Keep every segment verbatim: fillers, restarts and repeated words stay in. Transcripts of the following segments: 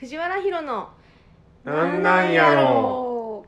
藤原ヒロのなんなんやろ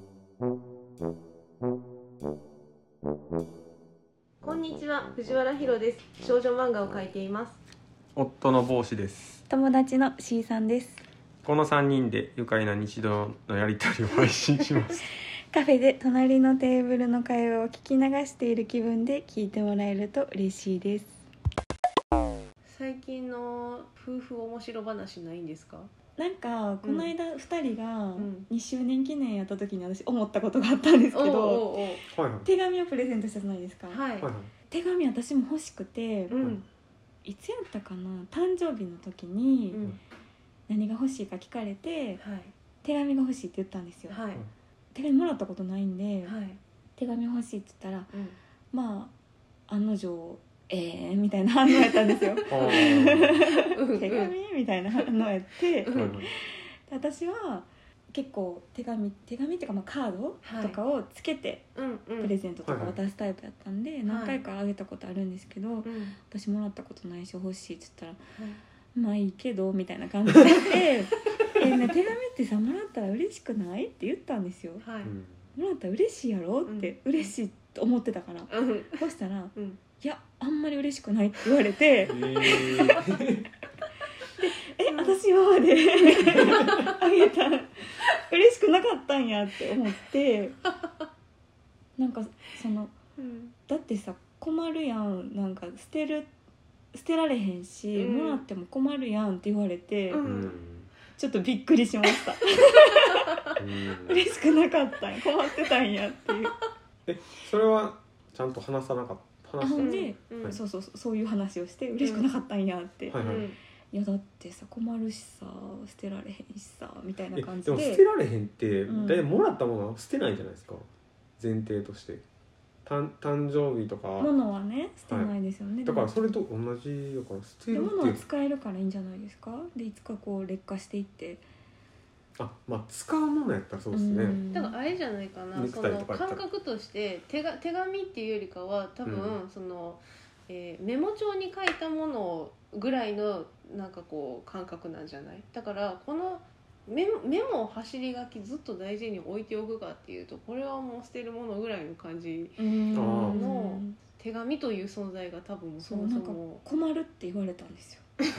こんにちは、藤原ヒロです。少女漫画を描いています。 夫の帽子です。 友達の C さんです。 このさんにんで愉快な日常のやり取りを配信しますカフェで隣のテーブルの会話を聞き流している気分で聞いてもらえると嬉しいです。 最近の夫婦面白話ないんですか？ なんかこの間ふたりがんにしゅうねん記念やった時に私思ったことがあったんですけど、 おうおうおうはいはい手紙をプレゼントしたじゃないですか、 はい、 はいはい手紙私も欲しくて、 うん、 いつやったかな、誕生日の時にうん、 何が欲しいか聞かれて、 はい、 手紙が欲しいって言ったんですよ、 はい、 手紙もらったことないんで、 はい、 手紙欲しいって言ったら、 うん、 まあ案の定えーみたいな反応やったんですよあーうん、 手紙みたいな反応やってうんはいはい私は結構手紙手紙っていうかまあカードはいとかをつけてうん、うん、 プレゼントとか渡すタイプやったんで、 い何回かあげたことあるんですけど、 うん、 私もらったことないし欲しいって言ったらはいまあいいけどみたいな感じでえーね、手紙ってさもらったら嬉しくないって言ったんですよ。 はい、 うんもらったら嬉しいやろって、 うん、 嬉しいと思ってたから、 うん、 そしたらうん、 いやあんまり嬉しくないって言われてえー、 え、私今まであげた嬉しくなかったんやって思ってなんかそのうんだってさ困るやん、なんか捨てる捨てられへんし、 うんもらっても困るやんって言われて、 ううんんちょっとびっくりしましたうん嬉しくなかったんや、困ってたんやっていうえそれはちゃんと話さなかったあ話したほんで、 うんそうそうそうそういう話をして嬉しくなかったんやって、 はいはいうんいやだってさ困るしさ捨てられへんしさみたいなえ感じでも捨でてられへんってうん大体もらったものは捨てないじゃないですか、前提としてたん誕生日とか物はね捨てないですよね、 だからでもそれと同じだから捨てでるって物は使えるからいいんじゃないですか。でいつかこう劣化していってあまあ使うものやったらそうですね、 うんだからあれじゃないかな、 ネそのクタイとかやったら感覚として手が手紙っていうよりかは多分、 うんその、えーメモ帳に書いたものぐらいのなんかこう感覚なんじゃない。だからこのメモメモを走り書きずっと大事に置いておくかっていうと、これはもう捨てるものぐらいの感じ。 うんの手紙という存在が多分そもそそうなんかも困るって言われたんですよ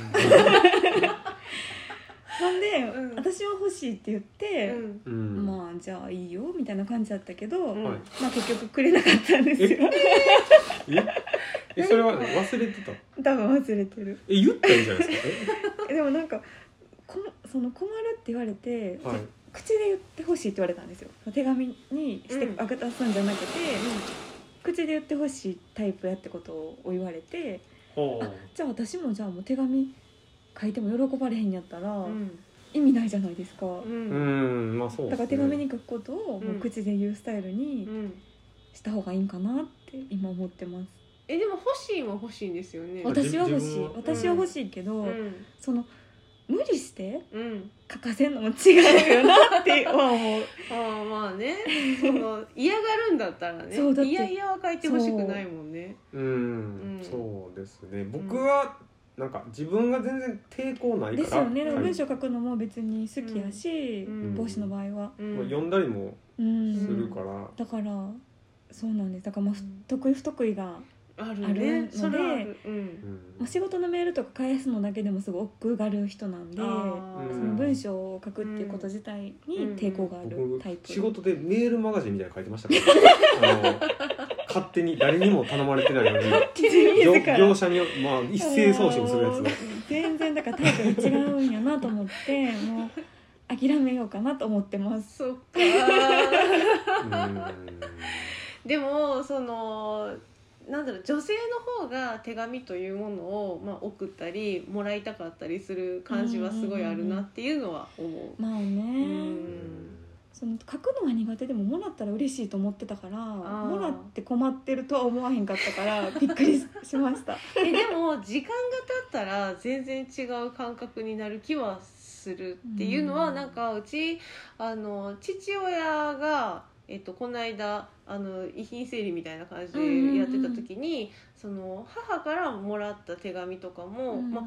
なんで、 うん私は欲しいって言って、 うんうんまあじゃあいいよみたいな感じだったけど、 うんはいまあ結局くれなかったんですよええそれは忘れてた多分忘れてる。 え言ったらいいじゃないですかえでもなんかこその困るって言われて、 え、はい、 口で言ってほしいって言われたんですよ。手紙にしてうんあげたすんじゃなくて、口で言ってほしいタイプやってことを言われて、 ほあじゃあ私もじゃあもう手紙書いても喜ばれへんやったら、 うん意味ないじゃないですか、 ううんうんまあそうですねだから手紙に書くことをうんもう口で言うスタイルうにんした方がいいんかなって今思ってます。 えでも欲しいは欲しいんですよね。 私は欲しい自分は私は欲しいけど、 うんその無理してうん書かせんのも違うよなっては思うああまあね、その嫌がるんだったらね、 そうだっていやいやは書いてほしくないもんね。 うん、 うんそうですね僕はなんか自分が全然抵抗ないからですよね。 はい文章書くのも別に好きやし、 うん帽子の場合は、 うんまあ、読んだりもうんするから、 だからそうなんです。だからまあうん得意不得意が、 あるあるね。 のでそれはある。うん。 うんまあ、仕事のメールとか返すのだけでもすごい億劫がある人なんで、 あそーの文章を書くっていうこと自体に抵抗がある僕タイプ。 仕事でメールマガジンみたいなの書いてましたからあの勝手に誰にも頼まれてないのに業自ら業者に、まあ、一斉送信するやつを全然だからタイプが違うんやなと思ってもう諦めようかなと思ってます。 そっか。 うんでもそのなんだろう、女性の方が手紙というものを、まあ、送ったりもらいたかったりする感じはすごいあるなっていうのは思う。 まあね、 うんその書くのが苦手でももらったら嬉しいと思ってたから、 ーもらって困ってるとは思わへんかったからびっくりしました。 えでも時間が経ったら全然違う感覚になる気はするっていうのは、 うんなんかうちあの父親が、えっと、この間あの遺品整理みたいな感じでやってた時に、その母からもらった手紙とかも、 うんまあ、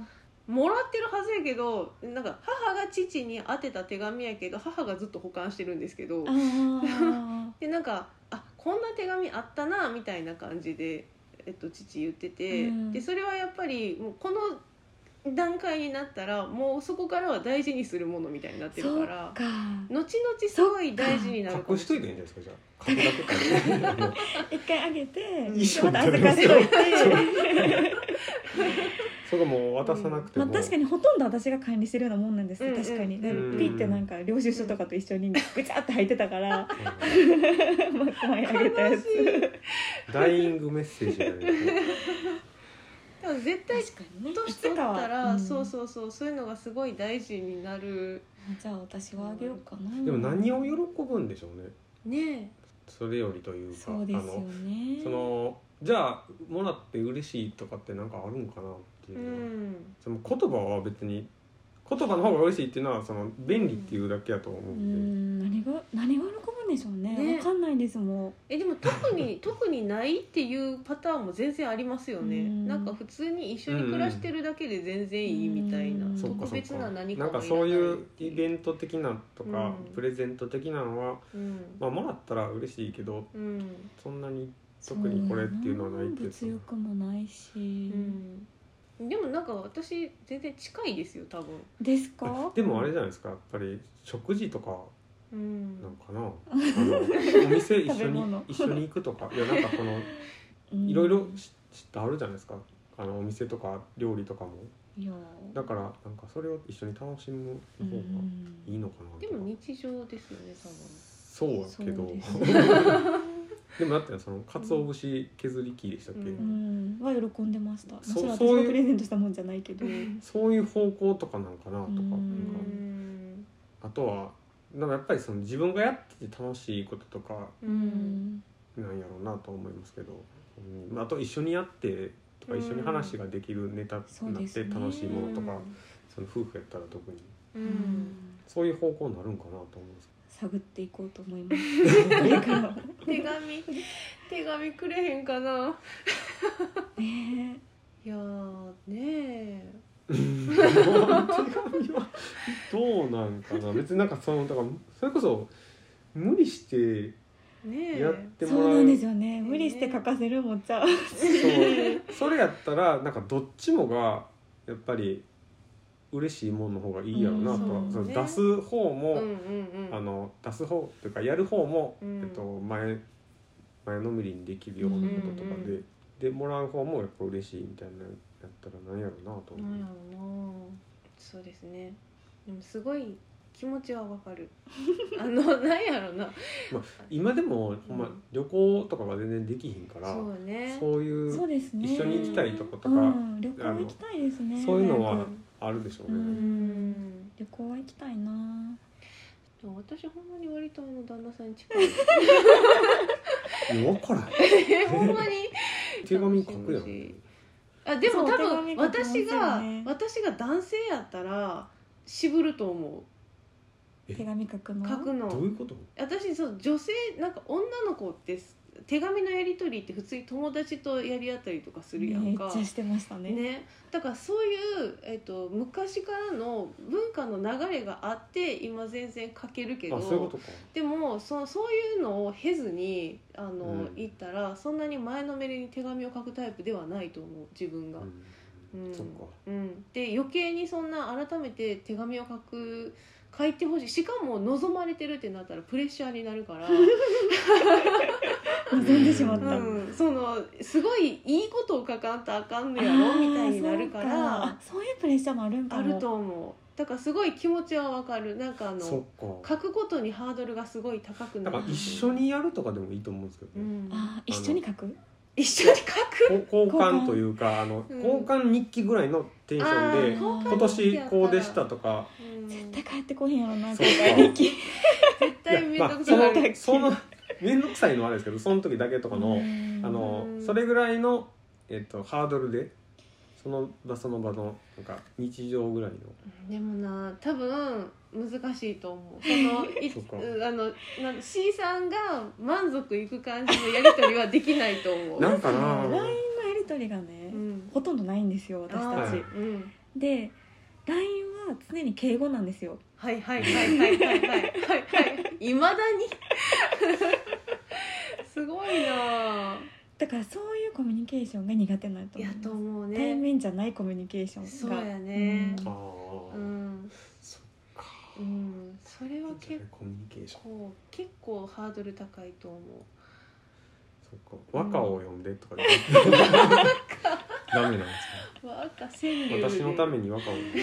もらってるはずやけどなんか母が父に宛てた手紙やけど母がずっと保管してるんですけどあでなんかあこんな手紙あったなみたいな感じで、えっと、父言ってて、 うん、 でそれはやっぱりもうこの段階になったらもうそこからは大事にするものみたいになってるからか後々すごい大事になるかも隠しといていいんじゃないですかじゃあ書くだけか一回あげて一緒まにた預かしといてそれもう渡さなくても、 まあ、確かにほとんど私が管理してるようなもんなんですよ、 うんうん確かにでうんピッてなんか領収書とかと一緒にぐちゃって入ってたからまあ前あげたやつダイイングメッセージじゃないですかでも絶対確かにね年取ったら、 うんそうそうそうそういうのがすごい大事になるじゃあ私はあげようかな。 でも何を喜ぶんでしょうねねそれよりというかそうですよあのね。 そのじゃあもらって嬉しいとかってなんかあるんかなっていううのは、 んその言葉は別に言葉の方が嬉しいっていうのはその便利っていうだけやと思ううんで、 ん何が何が喜ぶんでしょうね。 ねわかんないですもん。 えでも特に特にないっていうパターンも全然ありますよね、 うんなんか普通に一緒に暮らしてるだけで全然いいみたいな、 うん特別な何かなんかもいらないそういうイベント的なとか、 うんプレゼント的なのは、 うんまあ、もらったら嬉しいけどうんそんなに特にこれっていうのはないけど物欲もないし、 うん、でもなんか私全然近いですよ多分、 ですか？ でもあれじゃないですかやっぱり食事とかうんなんかなあのお店一緒に食べ物一緒に行くとかいやなんかこのうんいろいろ知ってあるじゃないですかあのお店とか料理とかもいやだからなんかそれを一緒に楽しむ方がいいのかなとかでも日常ですよね多分そうやけどそうですでもだってその鰹節削り器でしたっけ、 ううんは喜んでました。 そそれは私そういうがプレゼントしたもんじゃないけど、 そういう方向とかなんかなとか、 うんなんかうんあとはなんかやっぱりその自分がやってて楽しいこととかううんんなんやろうなと思いますけど、うん、あと一緒にやってとか一緒に話ができるネタになって楽しいものとか、その夫婦やったら特にううんんそういう方向になるんかなと思うんです探っていこうと思います。これからも手紙手紙くれへんかなねいやーねけど手紙はどうなんかな別になんかそのだからそれこそ無理してえねえやってそもらううなんですよね。無理して書かせるもんちゃう。 そうそれやったらなんかどっちもがやっぱり嬉しいもんの方がいいやろなとは、 うんそのそうね出す方も、 うんうんうんあの出す方というかやる方も、 うんえっと、前前のめりにできるようなこととかで、 うんうんでもらう方もやっぱ嬉しいみたいなやったらなんやろなと思う、 なんやろなそうですねでもすごい気持ちはわかるあのなんやろなまあ、今でも、ほんま旅行とかが全然できひんからそうねそういうそうですね。 一緒に行きたいとことか、 うん、旅行行きたいですね。 そういうのはなんかあるでしょううね、 うん旅行は行きたいな。 でも私ほんまに割とあの旦那さんに近いいや分からんえほんまに手紙書くやんあでもそう多分手紙書きます私が、 よね私が男性やったら渋ると思え手紙書くの。 う書くのどういうこと私そう女性なんか女の子って手紙のやり取りって普通に友達とやり合ったりとかするやんかめっちゃしてましたね。 ね、だからそういう、えっと、昔からの文化の流れがあって今全然書けるけどあそういうことかでもそそういうのを経ずにあの、 うん言ったらそんなに前のめりに手紙を書くタイプではないと思う自分が。 うんうんそっかうん、で余計にそんな改めて手紙を書く書いてほしいしかも望まれてるってなったらプレッシャーになるから、 望んでしまった。 うん、そのすごいいいことを書かんとあかんのやろみたいになるからあそうかそういうプレッシャーもあるんかも。 あると思う。だからすごい気持ちはわかる。なんかあそっのか書くことにハードルがすごい高くなるだから一緒にやるとかでもいいと思うんですけどね、 うん、 あ一緒に書く。 一緒に書くこ交換というかあの、 うん交換日記ぐらいのテンションであー今年こうでしたとかうん絶対帰ってこへんやろな。 そう今回日記。 絶対めんどくいやまあそのさい、 その面倒くさいのはあれですけどその時だけとかの、 うんあのうんそれぐらいの、えっと、ハードルでその場その場のなんか日常ぐらいのでもな多分難しいと思う。そのいそうかうんあのなん C さんが満足いく感じのやり取りはできないと思う。 なんかなラインのやり取りがね、 うん、 ほとんどないんですよ私たち。 はいうんで ライン は常に敬語なんですよ。 はいはいはいはいはいはいはいいまだにすごいな。 だからそういうコミュニケーションが苦手なんと思います。 やと思うね。 対面じゃないコミュニケーションがそうやね、 うんああ、 うん、 そっか、 うん、それは結コミュニケーション、 構結構ハードル高いと思う。 そっか、和歌を読んでとか言ってダメなんですか。 和歌川柳で私のために和歌を読んで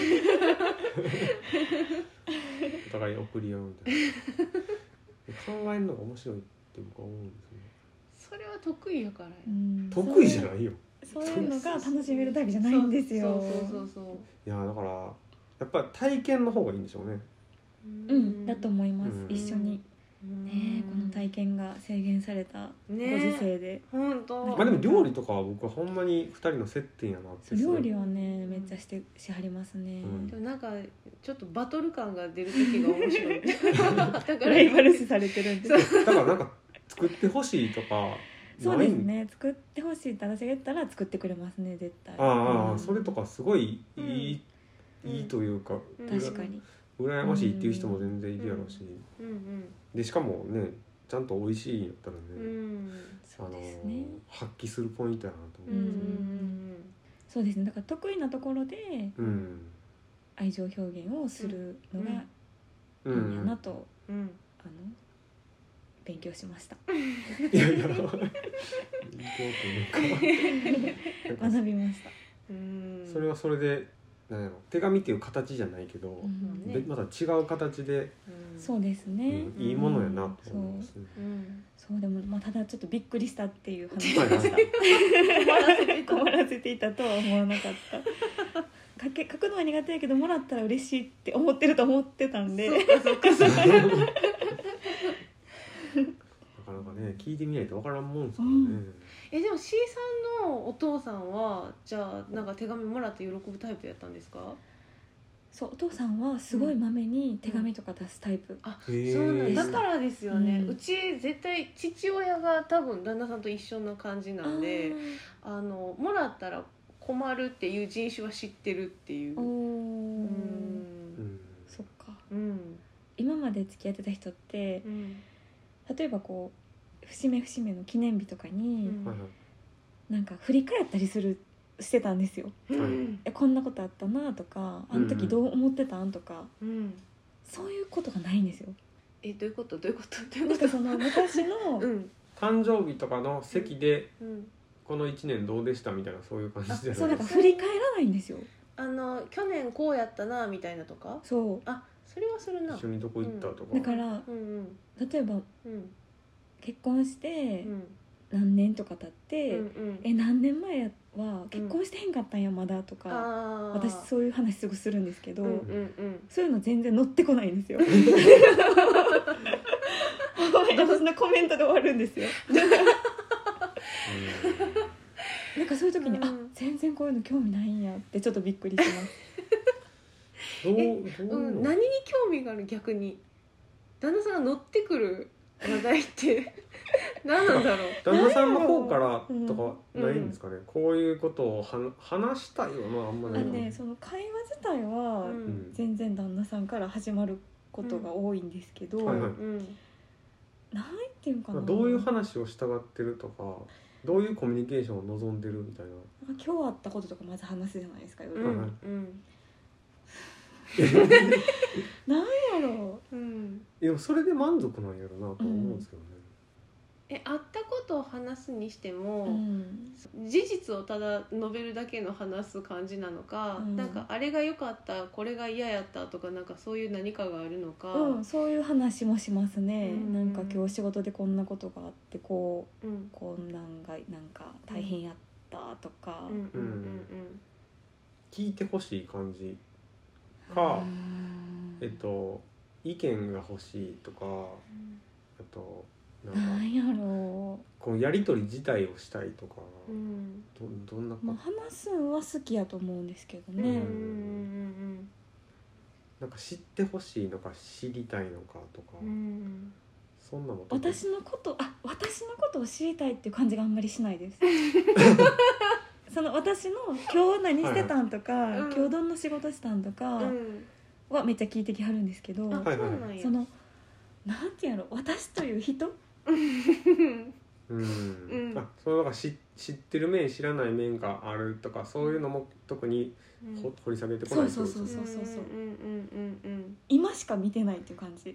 お互い送り合うみたいな考えるのが面白いって僕は思うんですね。 それは得意やからや、 うん得意じゃないよ。 そういうのが楽しめるタイプじゃないんですよ。 そうそうそうそういやだからやっぱり体験の方がいいんでしょうね。 うんだと思います、 うん一緒にねこの体験が制限されたご時世で、 本当。 まあでも料理とかは僕はほんまにふたりの接点やなって。 料理はねめっちゃしてしはりますね、 うんでもなんかちょっとバトル感が出る時が面白いだからライバル視されてるんですだからなんか作ってほしいとかそうですね作ってほしいって私が言ったら作ってくれますね絶対。 ああ、 うん、 それとかすごいいい、 うん、 いいというか、 うん確かに羨ましいっていう人も全然いるやろうし、 うんうんでしかもねちゃんと美味しいんやったらね、 うんそうですね、 発揮するポイントやなとうんう思うんですよね。 んそうですねだから得意なところでうん愛情表現をするのがいういんやんなと、 うんあの勉強しました。 いやいや勉強というか学びました。 うんそれはそれでなんやろ手紙っていう形じゃないけど、 うんねでまた違う形で、 うんそうですうね、 んいいものやなと思いますね。 うんそうでも、まあ、ただちょっとびっくりしたっていう話はいはいでした困らせていたとは思わなかった書け書くのは苦手やけどもらったら嬉しいって思ってると思ってたんでそうかそうかそうかなかなかね聞いてみないとわからんもんですからね。 うんえでも C さんのお父さんはじゃあなんか手紙もらって喜ぶタイプやったんですか？ そうお父さんはすごいまめに手紙とか出すタイプ、 あ、 へーそうなんだからですよね、 ううんち絶対父親が多分旦那さんと一緒な感じなんでああのもらったら困るっていう人種は知ってるっていうーおーうんうんそっかうん今まで付き合ってた人ってうん例えばこう節目節目の記念日とかに、 うんはいはいなんか振り返ったりするしてたんですよ。 うんえこんなことあったなとかあの時どう思ってたんとか、 うんそういうことがないんですよ。 えどういうことどういうことどういうなんことかその昔の、 うん誕生日とかの席でうんこのいちねんどうでしたみたいなそういう感じじゃそうないんかなですか。 振り返らないんですよ。 あの去年こうやったなみたいなとかそあそれはするな一緒にどこ行ったとか。 うだからうんうん例えばうん結婚してうん何年とか経っうて、 んうんえ何年前は結婚してへんかったんやまだとか、 あー私そういう話すぐするんですけど、 うんうんうんそういうの全然乗ってこないんですよ。私のコメントで終わるんですよ。なんかそういう時に、 うんあ全然こういうの興味ないんやってちょっとびっくりします。 どうどううん、何に興味がある逆に旦那さんが乗ってくる話題って何なんだろう旦那さんの方からうんとかないんですかね、こういうことをは話したいよなあんまあないかな、 ね、その会話自体はうん全然旦那さんから始まることが多いんですけど、 はいはいうんなんていうかな、 どういう話をしたがってるとかどういうコミュニケーションを望んでるみたいな。 なんか今日あったこととかまず話すじゃないですか、夜うんはいうんなんやろうんでもそれで満足なんやろなと思うんですけどね、 え会ったことを話すにしてう、 も、 うん、 事実をただ述べるだけの話す感じなのか、 うんなんかあれが良かったこれが嫌やったとかなんかそういう何かがあるのか、 うん、そういう話もしますね、 うんなんか今日仕事でこんなことがあってこううんこんなんがなんか大変やったとか、 うんうんうん聞いてほしい感じか、 うんえっと意見が欲しいとか、あとなんかなんやろこうやり取り自体をしたいとか、 うんどどんなう、まあ、 か話すのは好きやと思うんですけどうんうんね、 うんなんか知ってほしいのか知りたいのかとか、 うんうんそんなの私のことあ私のことを知りたいっていう感じがあんまりしないですその私の今日何してたんとか、 はいはい今日どんな仕事したんとかうんはめっちゃ聞いてきはるんですけど、 あ、 はいそうなんや。 そのなんていうんやろ、私という人うんうんあそのなんか知知ってる面知らない面があるとかそういうのも特にうんほ掘り下げてこないってことですね。 そうそうそうそううんうんうんうん今しか見てないっていう感じ。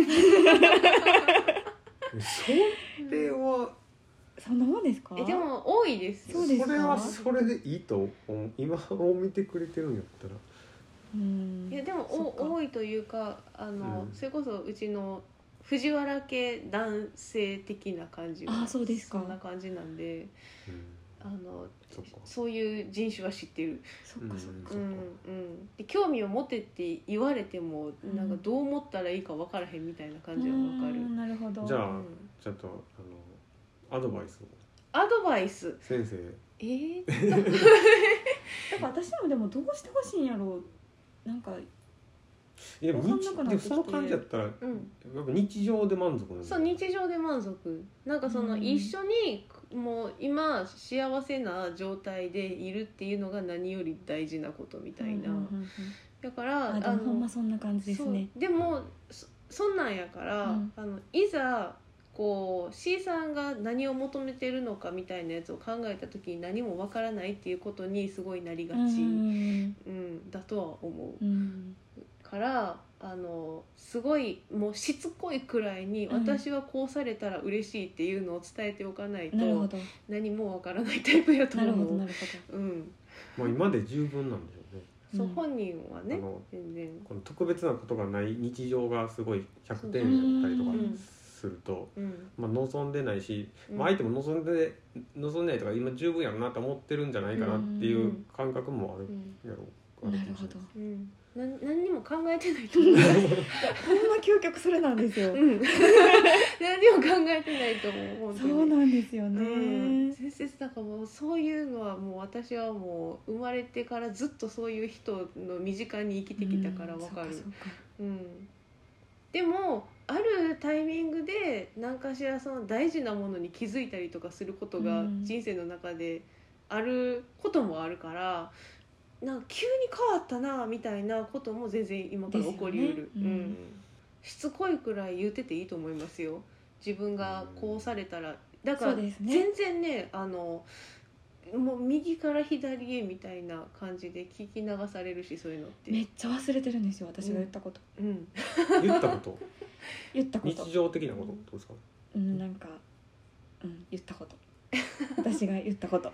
それはそんなもんですか？ えでも多いですよ。 そうですかそれはそれでいいと思う。今を見てくれてるんやったらうんいやでもそっかお多いというかあの、 うんそれこそうちの藤原系男性的な感じはあそうですかそんな感じなんでうんあのそっかそういう人種は知ってる。 そっかそっか、 うんうん、で興味を持てって言われてもうんなんかどう思ったらいいか分からへんみたいな感じは分かる。 うんなるほど。 じゃあうんちょっとあのアドバイスをアドバイス先生えー、 だから私もでもどうしてほしいんやろう、なんかいやわかんなくなってきて日でその感じやったらやうんっぱ日常で満足なんだそう日常で満足なんかそのうん一緒にもう今幸せな状態でいるっていうのが何より大事なことみたいな、 うんうんうんうんだからあでもほんまそんな感じですね。 そうでもそそんなんやから、 うんあのいざこう C さんが何を求めてるのかみたいなやつを考えた時に何もわからないっていうことにすごいなりがち、 ううんんだとは思ううんからあのすごいもうしつこいくらいに、 うん私はこうされたら嬉しいっていうのを伝えておかないとなるほど何もわからないタイプやとなるほど思う。 なるほうんまあ今で十分なんでしょうね。 そううん本人はねあの全然この特別なことがない日常がすごいひゃくてんだったりとかうんすると、 うんまあ、望んでないし、 うんまあ、相手も望んで望んでないとか今十分やろなと思ってるんじゃないかなっていう感覚もあるうんやろうどなるほど。 うんな何にも考えてないと思うほんま究極それなんですよ。 うん、何も考えてないと思う本当にそうなんですようん、 ね。 先生だからもうそういうのはもう私はもう生まれてからずっとそういう人の身近に生きてきたから分かる、 うんそっそっかうん、でもあるタイミングで何かしらその大事なものに気づいたりとかすることがうん人生の中であることもあるからなんか急に変わったなみたいなことも全然今から起こりうる、 ですよねうんうん、しつこいくらい言ってていいと思いますよ自分がこうされたらだからそうですね全然ねあのもう右から左へみたいな感じで聞き流されるしそういうのって、 めっちゃ忘れてるんですよ私が言ったこと、 うん、 言ったこと言ったこと日常的なことどうですか？ うんなんかうん言ったこと私が言ったこと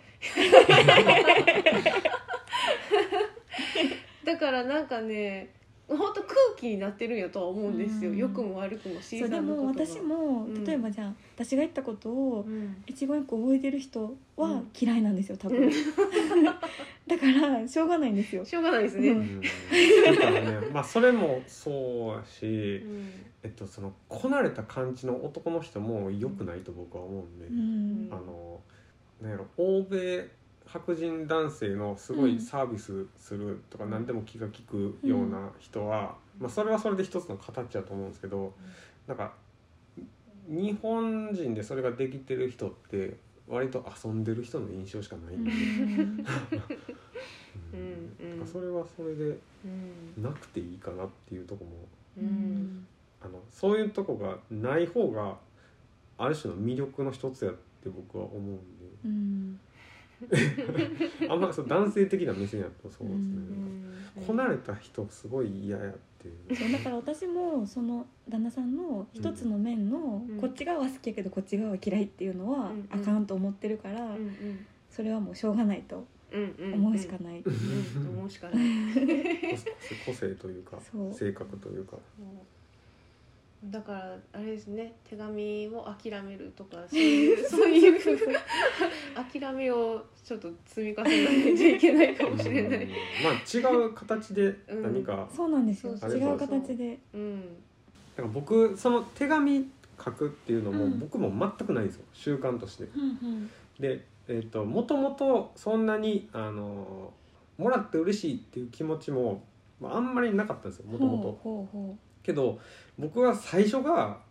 だからなんかね本当空気になってるんやとは思うんですよ、 うん良くも悪くも C そうでもさんのことが私もうん例えばじゃあ、私が言ったことをうん一言一個覚えてる人はうん嫌いなんですよ多分だからしょうがないんですよ。 しょうがないですね、 ううんんだからねまあそれもそうやし、 うんえっと、そのこなれた感じの男の人も良くないと僕は思うんで、 うんあのなんやろ欧米白人男性のすごいサービスするとか何でも気が利くような人は、まあ、それはそれで一つの形だと思うんですけどなんか日本人でそれができてる人って割と遊んでる人の印象しかないんで、 うんうんうんだからそれはそれでうんなくていいかなっていうとこもうんあのそういうとこがない方がある種の魅力の一つやって僕は思うんで。 うんあんまそう男性的な目線やとそうですね、 うんこなれた人すごい嫌やっていうそうだから私もその旦那さんの一つの面のうんこっち側は好きやけどこっち側は嫌いっていうのはうんあかんと思ってるからうんうんそれはもうしょうがないとうんうん思うしかない。 うん思うしかない個性というかそう性格というかだからあれですね手紙を諦めるとかそういうそういう諦めをちょっと積み重ねないといけないかもしれない、 うんまあ違う形で何か、 そうなんですよそうそう違う形でうんだから僕その手紙書くっていうのもうん僕も全くないんですよ習慣としてうんでえっともともとそんなにあのもらって嬉しいっていう気持ちもまああんまりなかったんですよもともとほうほうほけど僕は最初が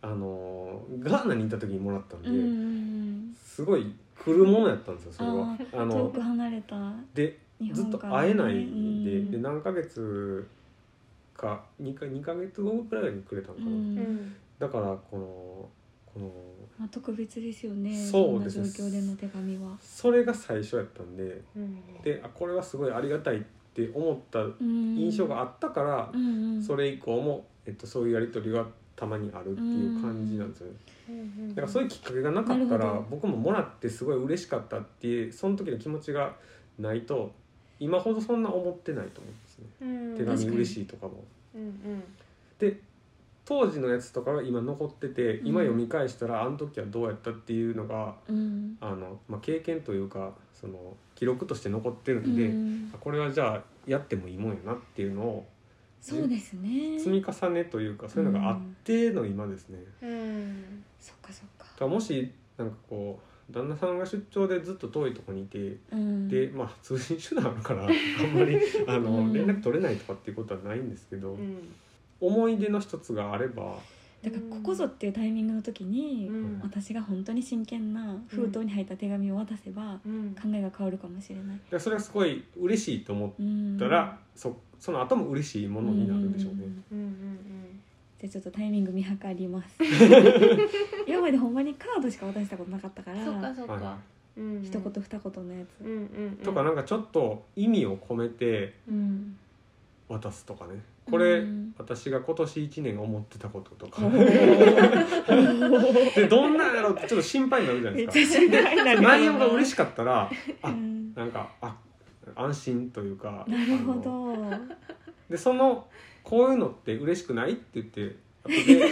あのガーナに行った時にもらったんで、 うんうんすごい来るものやったんですよそれは。あ遠のく離れたで日ずっと本からね会えないんで、 うんで何ヶ月か2かにかげつごぐらいにくれたのかな、 うんうんだからこのこのまあ、特別ですよね。 そうですねそんな状況での手紙は。 それが最初やったんで、 うんであこれはすごいありがたいって思った印印象があったから、 うんうん、 それ以降も、えっと、そういうやり取りがたまにあるっていう感じなんですよね。 うんだからそういうきっかけがなかったらなるほど僕ももらってすごい嬉しかったっていうその時の気持ちがないと今ほどそんな思ってないと思うんですね。 うん手紙嬉しいとかも。 うんうんで当時のやつとかが今残っててうん今読み返したらあの時はどうやったっていうのがうんあの、まあ、経験というかその記録として残ってるんで、 うんあこれはじゃあやってもいいもんやなっていうのをそうですね。 積み重ねというかそういうのがあっての今ですね。 うんそっかそっか。 だからもしなんかこう旦那さんが出張でずっと遠いところにいて、 うん、 でまあ通信手段あるからあんまりあの、 うん連絡取れないとかっていうことはないんですけど、 うん思い出の一つがあればだからここぞっていうタイミングの時に、 うん私が本当に真剣な封筒に入った手紙を渡せば、 うん考えが変わるかもしれない。 でそれがすごい嬉しいと思っうんたら、そその後も嬉しいものになるでしょうね。 うんうんじゃあちょっとタイミング見計ります今までほんまにカードしか渡したことなかったから、 うんそっかそっか、 はうん一言二言のやつ、 うんうんうんとかなんかちょっと意味を込めてうん渡すとかね。これ、 うん私が今年いちねん思ってたこととかおーでどんなんやろうってちょっと心配になるじゃないめっですか。 ちゃ心配になる内容が嬉しかったらあうんなんかあ安心というかなるほあのど。 でそのこういうのって嬉しくないって言って後で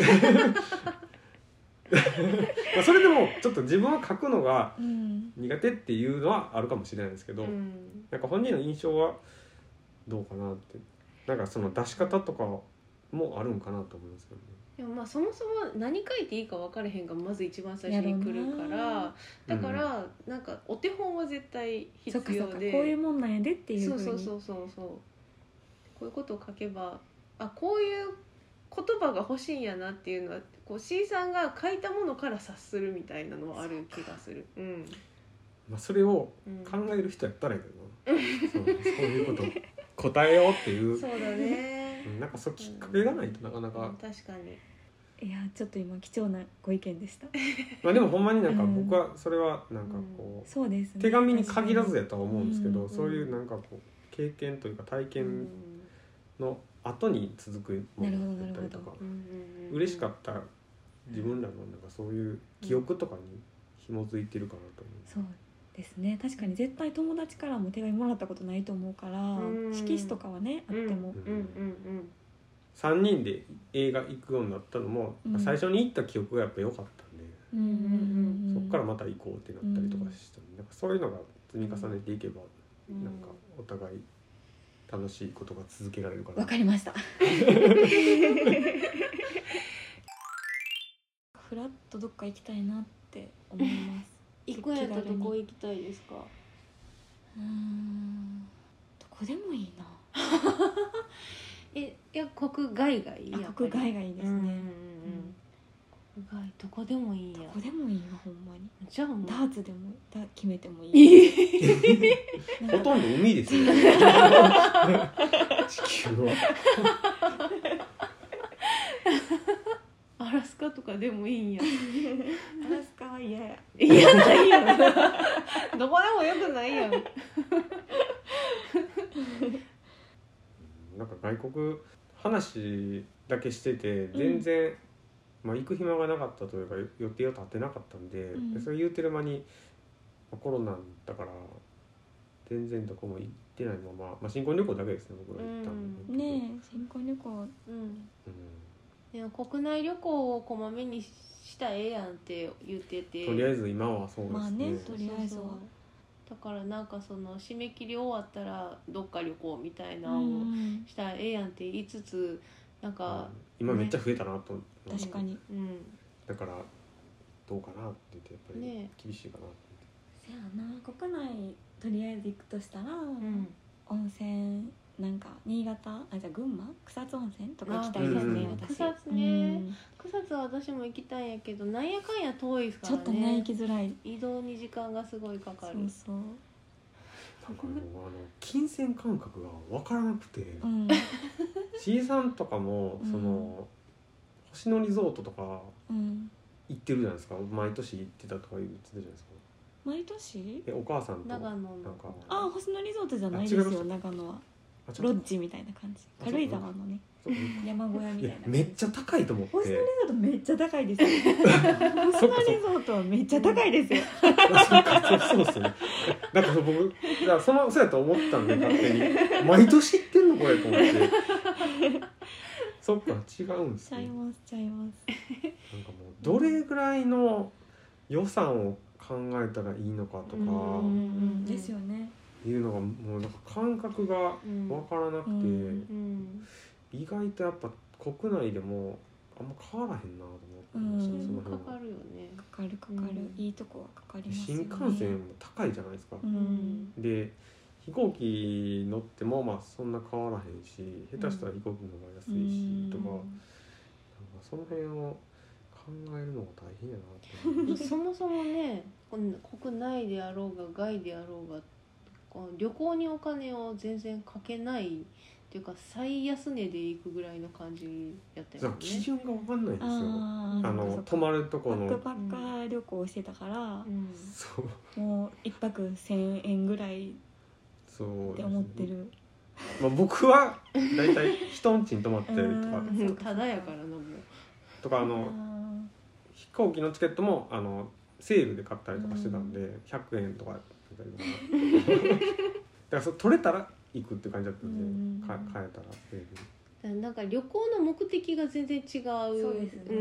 まあそれでもちょっと自分は書くのがうん苦手っていうのはあるかもしれないですけど、 うんなんか本人の印象はどうかなってなんかその出し方とかもあるんかなと思いますけどね。 でもまあそもそも何書いていいか分からへんがまず一番最初に来るからだからなんかお手本は絶対必そっかそっか、こう要でいうもんなんやでっていうそうふうに。 そうそうそうそうこういうことを書けばあこういう言葉が欲しいんやなっていうのはこう C さんが書いたものから察するみたいなのはある気がする。うんまあ、それをうん考える人やったらいいけどな、そうそういうこと答えようっていうそうだねうんなんかそうきっかけがないとなかなうんか、 確かにいやちょっと今貴重なご意見でした。 まあ、でもほんまになんかうん僕はそれはなんかこう、 そうですね。 手紙に限らずやとは思うんですけど、 うんそういうなんかこう経験というか体う験んの後に続くものだったりとなるほどなるかほうんうんうん嬉しかった自分らのなんかそういう記憶とかに紐づいてるかなと思う。 そうですね。確かに絶対友達からも手紙もらったことないと思うから、 うん色紙とかはねあっても、 うんうんうんさんにんで映画行くようになったのも、 うん最初に行った記憶がやっぱ良かったんで、 うんうんうんうん、 そこからまた行こうってなったりとかしたんで、なんかそういうのが積み重ねていけば、 うんなんかお互い楽しいことが続けられるかな。 わかりました。フラッとどっか行きたいなって思います。 行くんやったらどこ行きたいですか？ うーん、どこでもいいな。 えいや国外がいいあやっぱり国外がいいですね。 うんうんうん国外どこでもいいやどこでもいいわほんまに。 じゃあもうダーツでもだ決めてもいい。 ほとんど海ですよ地球は。 アラスカとかでもいいんやアラスカは嫌や。 嫌ないやんどこでもよくないやんなんか外国話だけしてて全然、まあ、行く暇がなかったというか予定を立てなかったんで、 うんでそれ言うてる間に、まあコロナだから全然どこも行ってないまま、まあ、新婚旅行だけですね僕が行ったんで、 ねえ新婚旅行。 うんうんでも国内旅行をこまめにしたらええやんって言っててとりあえず今はそうですね,、 まあねとりあえずはそうそうだからなんかその締め切り終わったらどっか旅行みたいなうのをん、 したらええやんって言いつつなんか、 うん今めっちゃ増えたなと、 うん確かにうんだからどうかなって言ってやっぱりね厳しいかなって、 せやな国内とりあえず行くとしたら、 うん温泉なんか新潟あじゃあ群馬草津温泉とか行きたいですね、 あ私。 草津ね、草津は私も行きたいんやけどなんやかんや遠いですからね。 ちょっとね行きづらい。 移動に時間がすごいかかる。 そうそう。 なんかもうあの金銭感覚が分からなくて、 うん、 C さんとかもその、うん、星野リゾートとか行ってるじゃないですか、毎年行ってたとか言ってたじゃないですか。 毎年？ えお母さんと長野のなんかあ星野リゾートじゃないですよ。長野はロッジみたいな感じ。軽井沢のね山小屋みたいな。 めっちゃ高いと思って。 星野リゾートめっちゃ高いですよ。星野リゾートはめっちゃ高いですよ。 そうかそうそうですね。なんか僕だからそのそうやと思ったんで勝手に毎年行ってんのこれと思って。そっか違うんですね。 ちゃいますちゃいます。 なんかもうどれぐらいの予算を考えたらいいのかとか、 うんうん、ですよね。 いうのがもうなんか感覚が分からなくて、うんうん意外とやっぱ国内でもあんま変わらへんなと思ってました、 うん、 その辺かかるよね。 かかるかかる、うん、いいとこはかかりますよね。 新幹線も高いじゃないですか、 うん、 で飛行機乗ってもまあそんな変わらへんし、下手したら飛行機の方が安いしとか、うん、なんかその辺を考えるのが大変やなって思ってそもそもね国内であろうが外であろうが旅行にお金を全然かけないっていうか最安値で行くぐらいの感じやったよね。 基準が分かんないんですよ。 ああの泊まるとこのバックパッカー旅行してたから、うん、 そうもう一泊せんえんぐらいって思ってる、ね。 まあ、僕はだいたい人んちに泊まったりとかただやからなもうとかあの飛行機のチケットもあのセールで買ったりとかしてたんで、うん、ひゃくえんとかやったりとかだからそれ取れたら行くって感じだったんで、うん、買えたらセールなんか旅行の目的が全然違う。 そうですね、うん、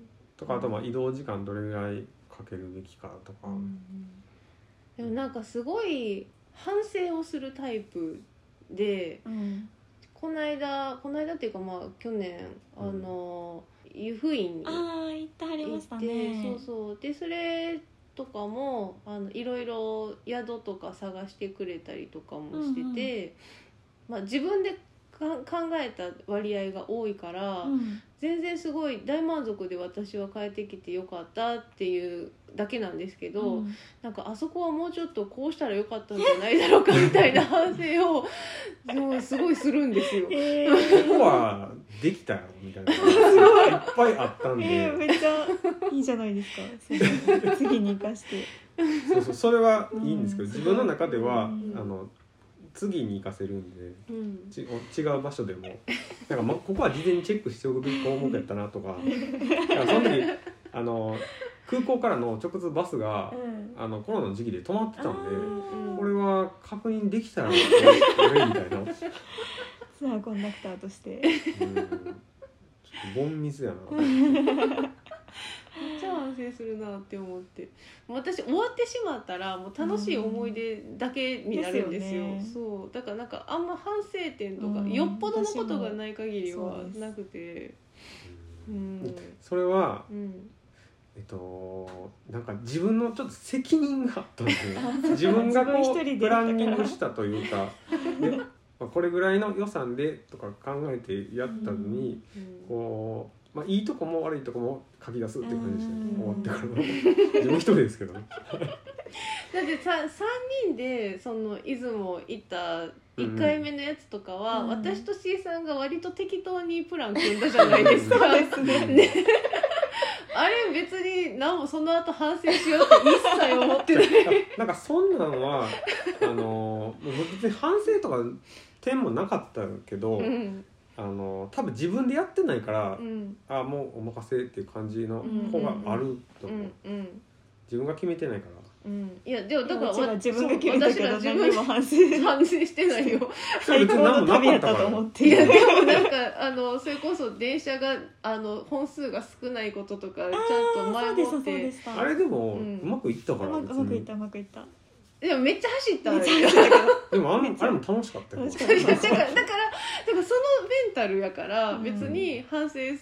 とかあとまあ移動時間どれぐらいかけるべきかとか、うん、 でもなんかすごい反省をするタイプで、うん、この間この間っていうかまあ去年あの、うん、湯布院にあ行ってはりましたね。 そうそうでそれとかもあのいろいろ宿とか探してくれたりとかもしてて、うんうん、まあ、自分でか考えた割合が多いから、うん、全然すごい大満足で私は帰ってきてよかったっていうだけなんですけど、うん、なんかあそこはもうちょっとこうしたらよかったんじゃないだろうかみたいな反省をもうすごいするんですよ。 えー、ここはできたよみたいないっぱいあったんで、 えー、めっちゃいいじゃないですか。次に生かしてそうそうそれはいいんですけど、うん、自分の中では、うん、あの次に行かせるんで、うん、ち違う場所でもなんか、ま、ここは事前にチェックしておくべき項目やったなとかなんかその時あの空港からの直通バスが、うん、あのコロナの時期で止まってたんで、これは確認できたら俺みたいなツアーコンダクターとして、 うん、ちょっとボンミスやなめっちゃ反省するなって思って、私終わってしまったらもう楽しい思い出だけになるんですよ、うんですよね、そうだからなんかあんま反省点とか、うん、よっぽどのことがない限りはなくて、 うん、それは、うんえっと、なんか自分のちょっと責任があったんですよ自分がこうプランニングしたというかで、まあ、これぐらいの予算でとか考えてやったのに、うんうん、こうまあ、いいとこも悪いとこも書き出すっていう感じでしたね、終わってからの自分一人ですけどねだってささんにんでその出雲行ったいっかいめのやつとかは、うん、私と C さんが割と適当にプラン組んだじゃないですかね、あれ別に何もその後反省しようって一切思ってないなんかそんなんはあの別に反省とか点もなかったけど、うんあの多分自分でやってないから、うん、あもうお任せっていう感じの方があると思う、うんうんうん、自分が決めてないから、 うん、いやでもだから自分が決めたけど何にも反省反省してないよ最高の旅やったと思っていやでもなんかあのそれこそ電車があの本数が少ないこととかちゃんと前もってあれでも、うん、うまくいったからうまくいったうまくいったでもめっちゃ走っためっちゃ走ったけどでもあれも楽しかったよだからだからだからそのメンタルやから別に反省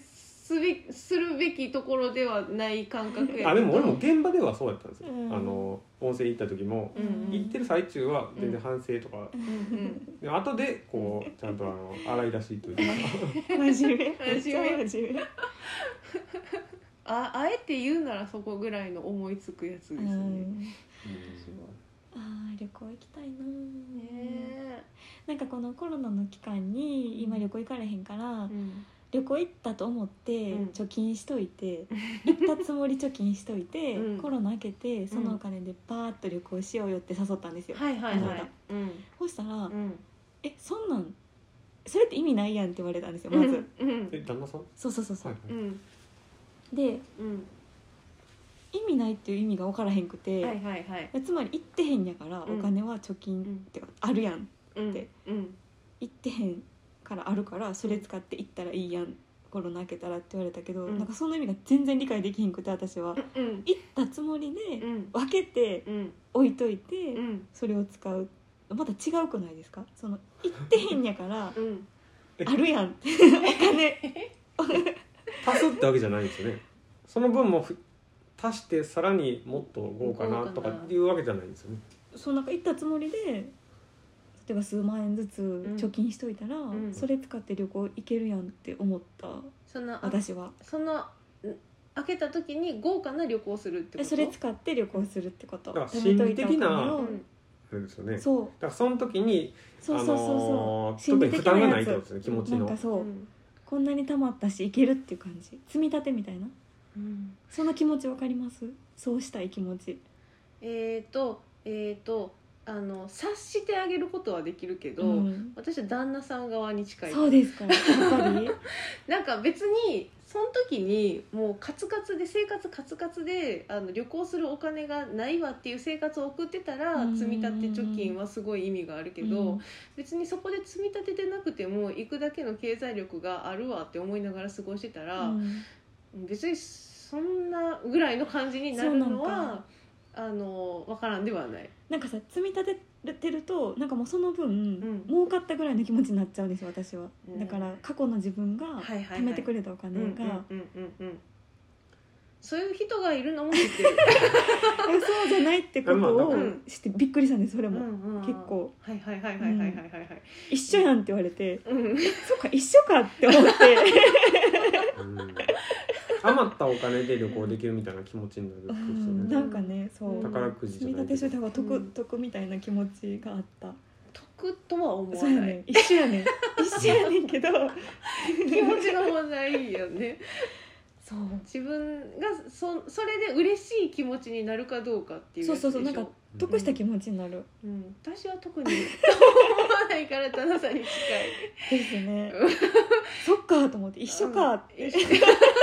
すべするべきところではない感覚やけどあでも俺も現場ではそうやったんですよ、 うんあの温泉行った時も、 うん行ってる最中は全然反省とか、 うんうんで後でこうちゃんとあの洗い出しというか真面目めっちゃ真面目真面目ああえて言うならそこぐらいの思いつくやつですね、 うん私はあー旅行行きたいな、 ねなんかこのコロナの期間に今旅行行かれへんから、 うん旅行行ったと思ってうん貯金しといて、行ったつもり貯金しといて、 うんコロナ明けてそのお金でバーッと旅行しようよって誘ったんですよ、 はいはいはいうんそしたら、 うんえそんなんそれって意味ないやんって言われたんですよまず、 うんえ旦那さんそうそうそうそう、 はいはいうんでうん意味ないっていう意味が分からへんくて、 はいはいはいつまり行ってへんやからうんお金は貯金、 うんってかあるやん、 うんでうん行ってへんからあるからそれ使って行ったらいいやんコロナ明けたらって言われたけど、 うんなんかその意味が全然理解できへんくて私はうん行ったつもりでうん分けてうん置いといてうんそれを使うまた違うくないですか？その行ってへんやからうんあるやんってお金足すってわけじゃないんですよねその分もふ足してさらにもっと豪華なとかっていうわけじゃないんですよねそうなんか行ったつもりで例えば数万円ずつ貯金しといたら、 んそれ使って旅行行けるやんって思ったそのあ私はそのん開けた時に豪華な旅行をするってことえそれ使って旅行するってことだから貯めといたお金心理的なをうんあれですよねそうだからその時にそうそうそうそう、 あのー心理的なやつ特に負担がないってことですね気持ちのなんかそう、 うんこんなに貯まったし行けるっていう感じ積み立てみたいなうんその気持ちわかります？そうしたい気持ち、 えーとえーとあの察してあげることはできるけど、 うん私は旦那さん側に近いそうですかやっぱりなんか別にその時にもうカツカツで生活カツカツであの旅行するお金がないわっていう生活を送ってたらうん積み立て貯金はすごい意味があるけど、 うん別にそこで積み立ててなくても行くだけの経済力があるわって思いながら過ごしてたら、 うん別にそんなぐらいの感じになるのそうなんはあの分からんではない。 なんかさ積み立ててるとなんかもうその分、 ん儲かったぐらいの気持ちになっちゃうんですよ私は、 うんだから過去の自分がはいはいはい貯めてくれたお金が、 うんうんうんうんうんそういう人がいるのも知ってる。 えそうじゃないってことをうん知ってびっくりしたんですそれも、 うんうんうん結構はいはいはいはいはいはいはいはい。 一緒やんって言われて、 うんそうか一緒かって思ってうん余ったお金で旅行できるみたいな気持ちになるってことですよねなんかねそう宝くじじ積みゃない立てしといた方が得、 うん得みたいな気持ちがあった得とは思わそうやない。 ね一緒やねん一緒やねんけど気持ちの問題よね。 そう自分がそそれで嬉しい気持ちになるかどうかっていうそうやつでしょ。 そうそうなんか得した気持ちになる、 うん、私は特に思わないから旦那さんに近い。 ですねそっかと思って一緒かって、 うん一緒で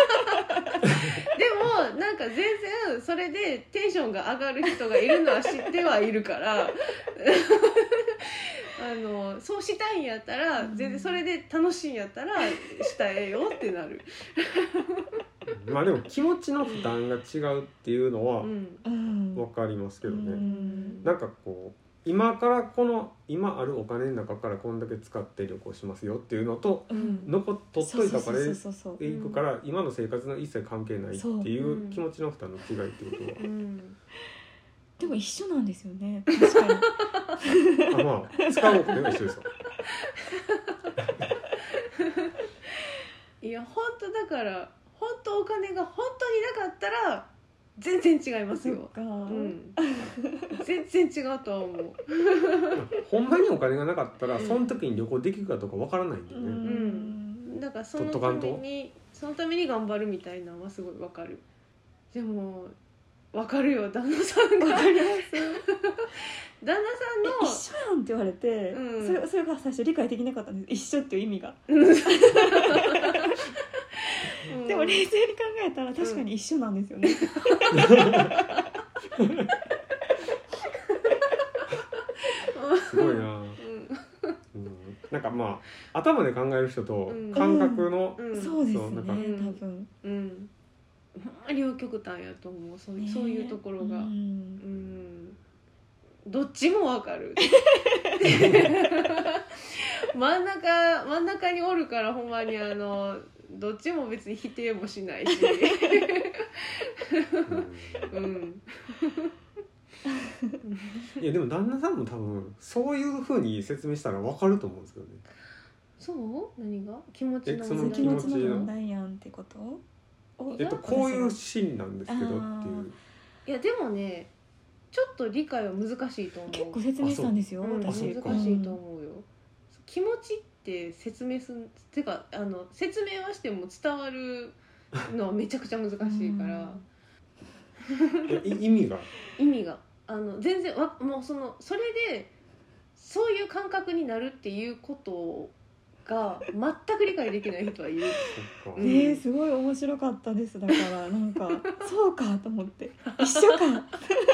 もなんか全然それでテンションが上がる人がいるのは知ってはいるからあのそうしたいんやったら全然それで楽しいんやったらしたえよってなる。 まあでも気持ちの負担が違うっていうのはうんうん分かりますけどうね、 んなんかこう今からこの今あるお金の中からこんだけ使って旅行しますよっていうのとうん残っとっといたお金でそうそうそうそう行くから今の生活の一切関係ないっていう気持ちの負担の違いってことはうんでも一緒なんですよね確かにあまあ使うお金は一緒ですよいや本当だから本当お金が本当になかったら全然違いますよ。 そっか、 うん、全然違うとは思う。 ほんまにお金がなかったらうんその時に旅行できるかどうかわからないんだよね、 んだからそのたとっとかんとめにそのために頑張るみたいなのはすごいわかる。でもわかるよ旦那さんがわかります旦那え一緒やんって言われて、 うんそれそれが最初理解できなかったんです一緒っていう意味が、 さんの、うん、 でも冷静に考えたら確かに一緒なんですよね、 すごいな、 うんうん、なんかまあ頭で考える人とうん感覚の、 うんそうですねそうなんか多分うんほんま両極端やと思うそう,、 ねそういうところが、 ううんんどっちもわかる真ん中真ん中におるからほんまにあのどっちも別に否定もしないしうん、 うんいやでも旦那さんも多分そういう風に説明したら分かると思うんですけどね。 そう何が気持ちのえその問題気持ちの気持ちの問題やんってことをえっとこういうシーンなんですけどっていういやでもねちょっと理解は難しいと思う。 結構説明したんですようん、難私。 しいと思うよ、気持ちって説明するてかあの説明はしても伝わるのはめちゃくちゃ難しいからえ意味が意味があの全然わもうそのそれでそういう感覚になるっていうことが全く理解できない人はいる。 そっか、 うんえー、すごい面白かったです。だからなんかそうかと思って一緒か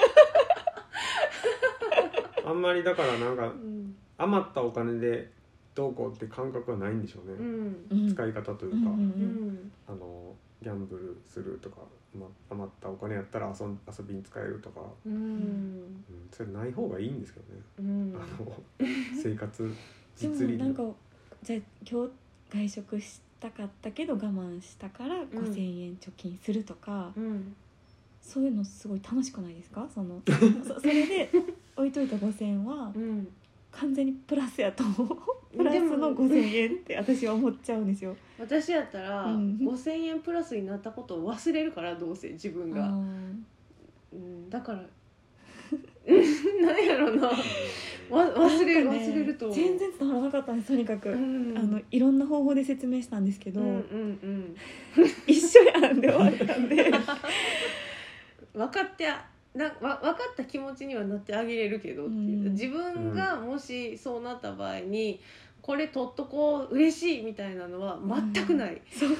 あんまりだからなんかうん余ったお金でどうこうって感覚はないんでしょうね、 うんうん使い方というか、 うんうんううんんあのギャンブルするとか、ま、余ったお金やったら遊ん遊びに使えるとか、 うんうん、それない方がいいんですけどね、 うんあの生活でも実利なんかじゃあ今日外食したかったけど我慢したからごせんえん貯金するとか、 うんそういうのすごい楽しくないですか？そのそ, それで置いといたごせんえんはうん完全にプラスやと思うプラスのごせんえんって私は思っちゃうんですよ。 私やったら、 うんごせんえんプラスになったことを忘れるからどうせ自分が、 あうん、だから何やろなわ忘れる、 なんかね忘れると思う全然伝わらなかったんです。とにかく、 うんあのいろんな方法で説明したんですけど、 うんうんうん一緒やんで終わったんで分かってあなわ分かった気持ちにはなってあげれるけどっていう、 うん自分がもしそうなった場合にこれ取っとこう嬉しいみたいなのは全くない、 そう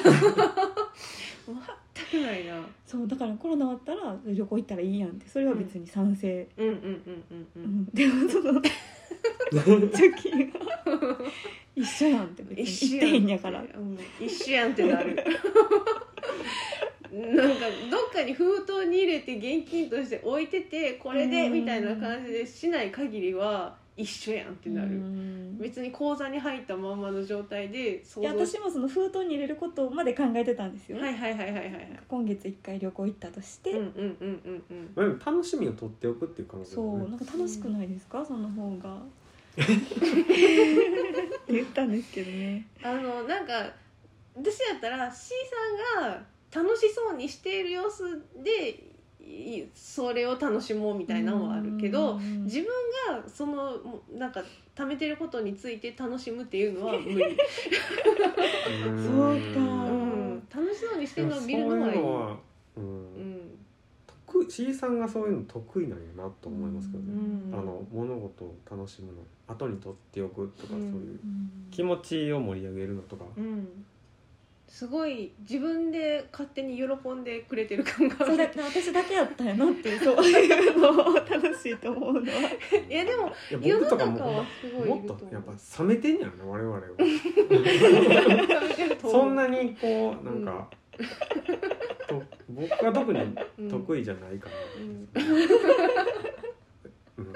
全くないな。 そうだからコロナ終わったら旅行行ったらいいやんってそれは別に賛成、 うんうんうんうんううんん、でもその貯金が一緒やんって別に一緒行ってへんやから、 うん、一緒やんってなるなんかどっかに封筒に入れて現金として置いててこれでうんみたいな感じでしない限りは一緒やんってなる、 うん別に口座に入ったまんまの状態で想いや像私もその封筒に入れることまで考えてたんですよ、 はいはいはいはいはいはい今月いっかい旅行行ったとして、 うんうんうんうんうんまあ、でも楽しみを取っておくっていう感覚だそうよね。 なんか楽しくないですか、その方が言ったんですけどね。 あのなんか私やったら C さんが楽しそうにしている様子でいそれを楽しもうみたいなのはあるけど、 うん自分がそのもうなんか貯めてることについて楽しむっていうのは無理、 うんそうかうん、楽しそうにしてるのを見るのはいい。 でもそういうのは、う、 うんん得意 C さんがそういうの得意なんやなと思いますけどね、 うんあの物事を楽しむの後に取っておくとか、 うんそういううん気持ちを盛り上げるのとか、 うんすごい自分で勝手に喜んでくれてる感があるそうだ私だけやったんやなっていうそういうのを楽しいと思うのはいやでもい世のや僕とかも中はすごいいもると思うっとやっぱ冷めてんやろな我々はそそんなにこうなんか、と僕は特に得意じゃないかな、 うんうん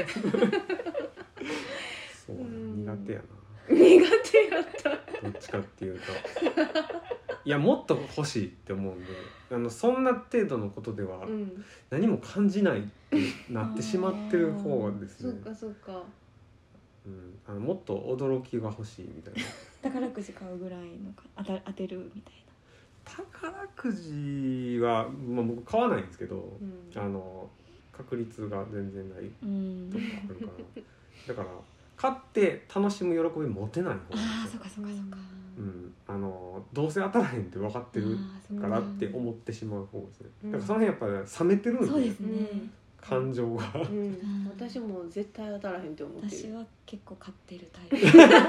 そう、 うん苦手やな苦手やったどっちかっていうといやもっと欲しいって思うんであのそんな程度のことではうん何も感じないってなってしまってる方ですね、 そっかそっかうん、あのもっと驚きが欲しいみたいな宝くじ買うぐらいのか当た当てるみたい宝くじは、まあ、僕買わないんですけど、 うんあの確率が全然ないなうんとこあるからだから買って楽しむ喜び持てない方なんああですよそっかそっかそっかうん、あのどうせ当たらへんって分かってるあーそっからって思ってしまう方ですね、 うんだからその辺やっぱり冷めてるんで、 そうですうね、 ん感情がうん私も絶対当たらへんって思ってる私は結構買ってるタイプ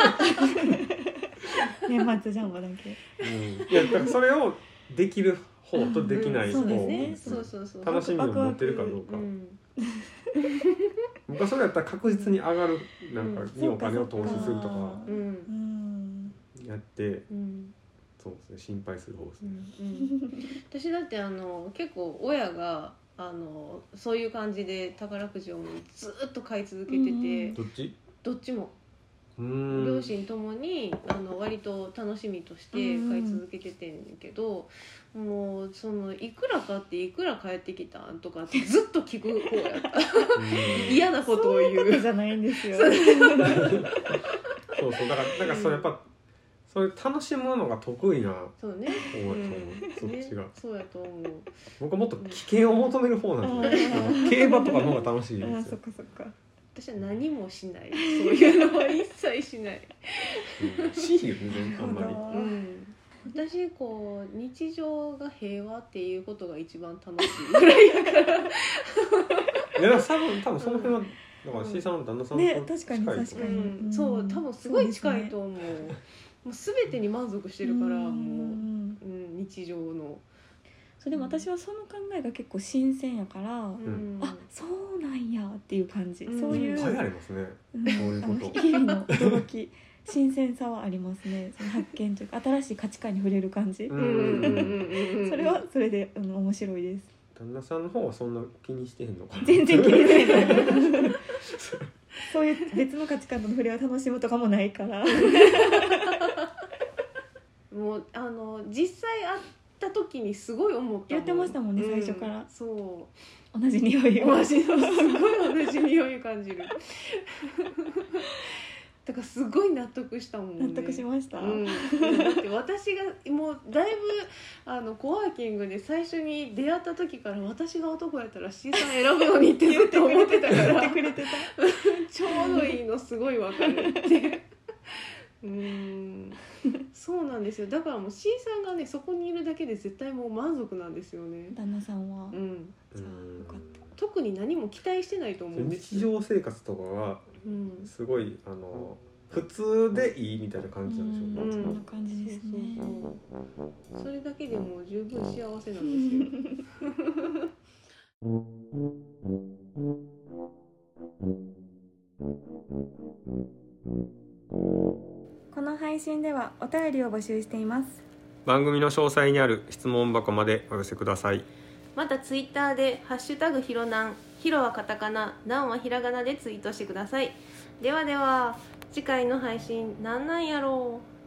年末ジャンボだけうん、いやだからそれをできる方とできない方、 うんそうですねそうそうそう楽しみを持ってるかどうか、 うん僕はそれやったら確実に上がるなんかうんにお金を投資するとかうんうんやってうんそうですね心配する方ですね、 うんうん私だってあの結構親があのそういう感じで宝くじをずっと買い続けてて、 うんどっちどっちもうーん両親ともにあの割と楽しみとして買い続けててんけど、もうそのいくら買っていくら返ってきたんとかってずっと聞く方やったうん嫌なことを言う。 そういうことじゃないんですよ。 そうそうだからなんかそうやっぱそういう楽しむのが得意なそうね、 方やと思う、 うんそっちが、 ね、そうやと思う。 僕はもっと危険を求める方なんですよ、 うん競馬とかの方が楽しいあーそですよっかそっか。 私は何もしない、そういうのは一切しない。 うんしいよね全然あんまりうん私こう日常が平和っていうことが一番楽しいぐらいだからいや多分多分その辺はだから C さんの旦那さんとね近いと確かに確かにうん、そう多分すごい近いと思う。もう全てに満足してるから、もう、うん、日常の。 そうでも私はその考えが結構新鮮やから、 うんあそうなんやっていう感じ、 うんそういう、 いっぱいありますねうんそういうことあの日々の驚き新鮮さはありますね。その発見というか新しい価値観に触れる感じ、 ううんうんうんうんうん、 それはそれで、うん、面白いです。 旦那さんの方はそんな気にしてへんのかな全然気にせないそういう別の価値観との触れを楽しむとかもないからもうあの実際会った時にすごい思ったもん。 言ってましたもんね、 うん最初から。 そう同じ匂いを同じのすごい同じ匂い感じるだからすごい納得したもんね。 納得しました、 うん、だって私がもうだいぶあのコワーキングで最初に出会った時から私が男やったら C さん選ぶのにってずっと思ってたから言ってくれてたちょうどいいのすごいわかるってうーんそうなんですよ。だからもう C さんがねそこにいるだけで絶対もう満足なんですよね。 旦那さんは、 うんさあよかった。 特に何も期待してないと思うんですよ。 日常生活とかはうんすごいあの普通でいいみたいな感じなんでしょうね、 うんそんな感じですね。 そうそうそうそれだけでもう十分幸せなんですよこの配信ではお便りを募集しています。 番組の詳細にある質問箱までお寄せください。 またツイッターでハッシュタグひろなん、ひろはカタカナ、なんはひらがなでツイートしてください。ではでは次回の配信なんなんやろう。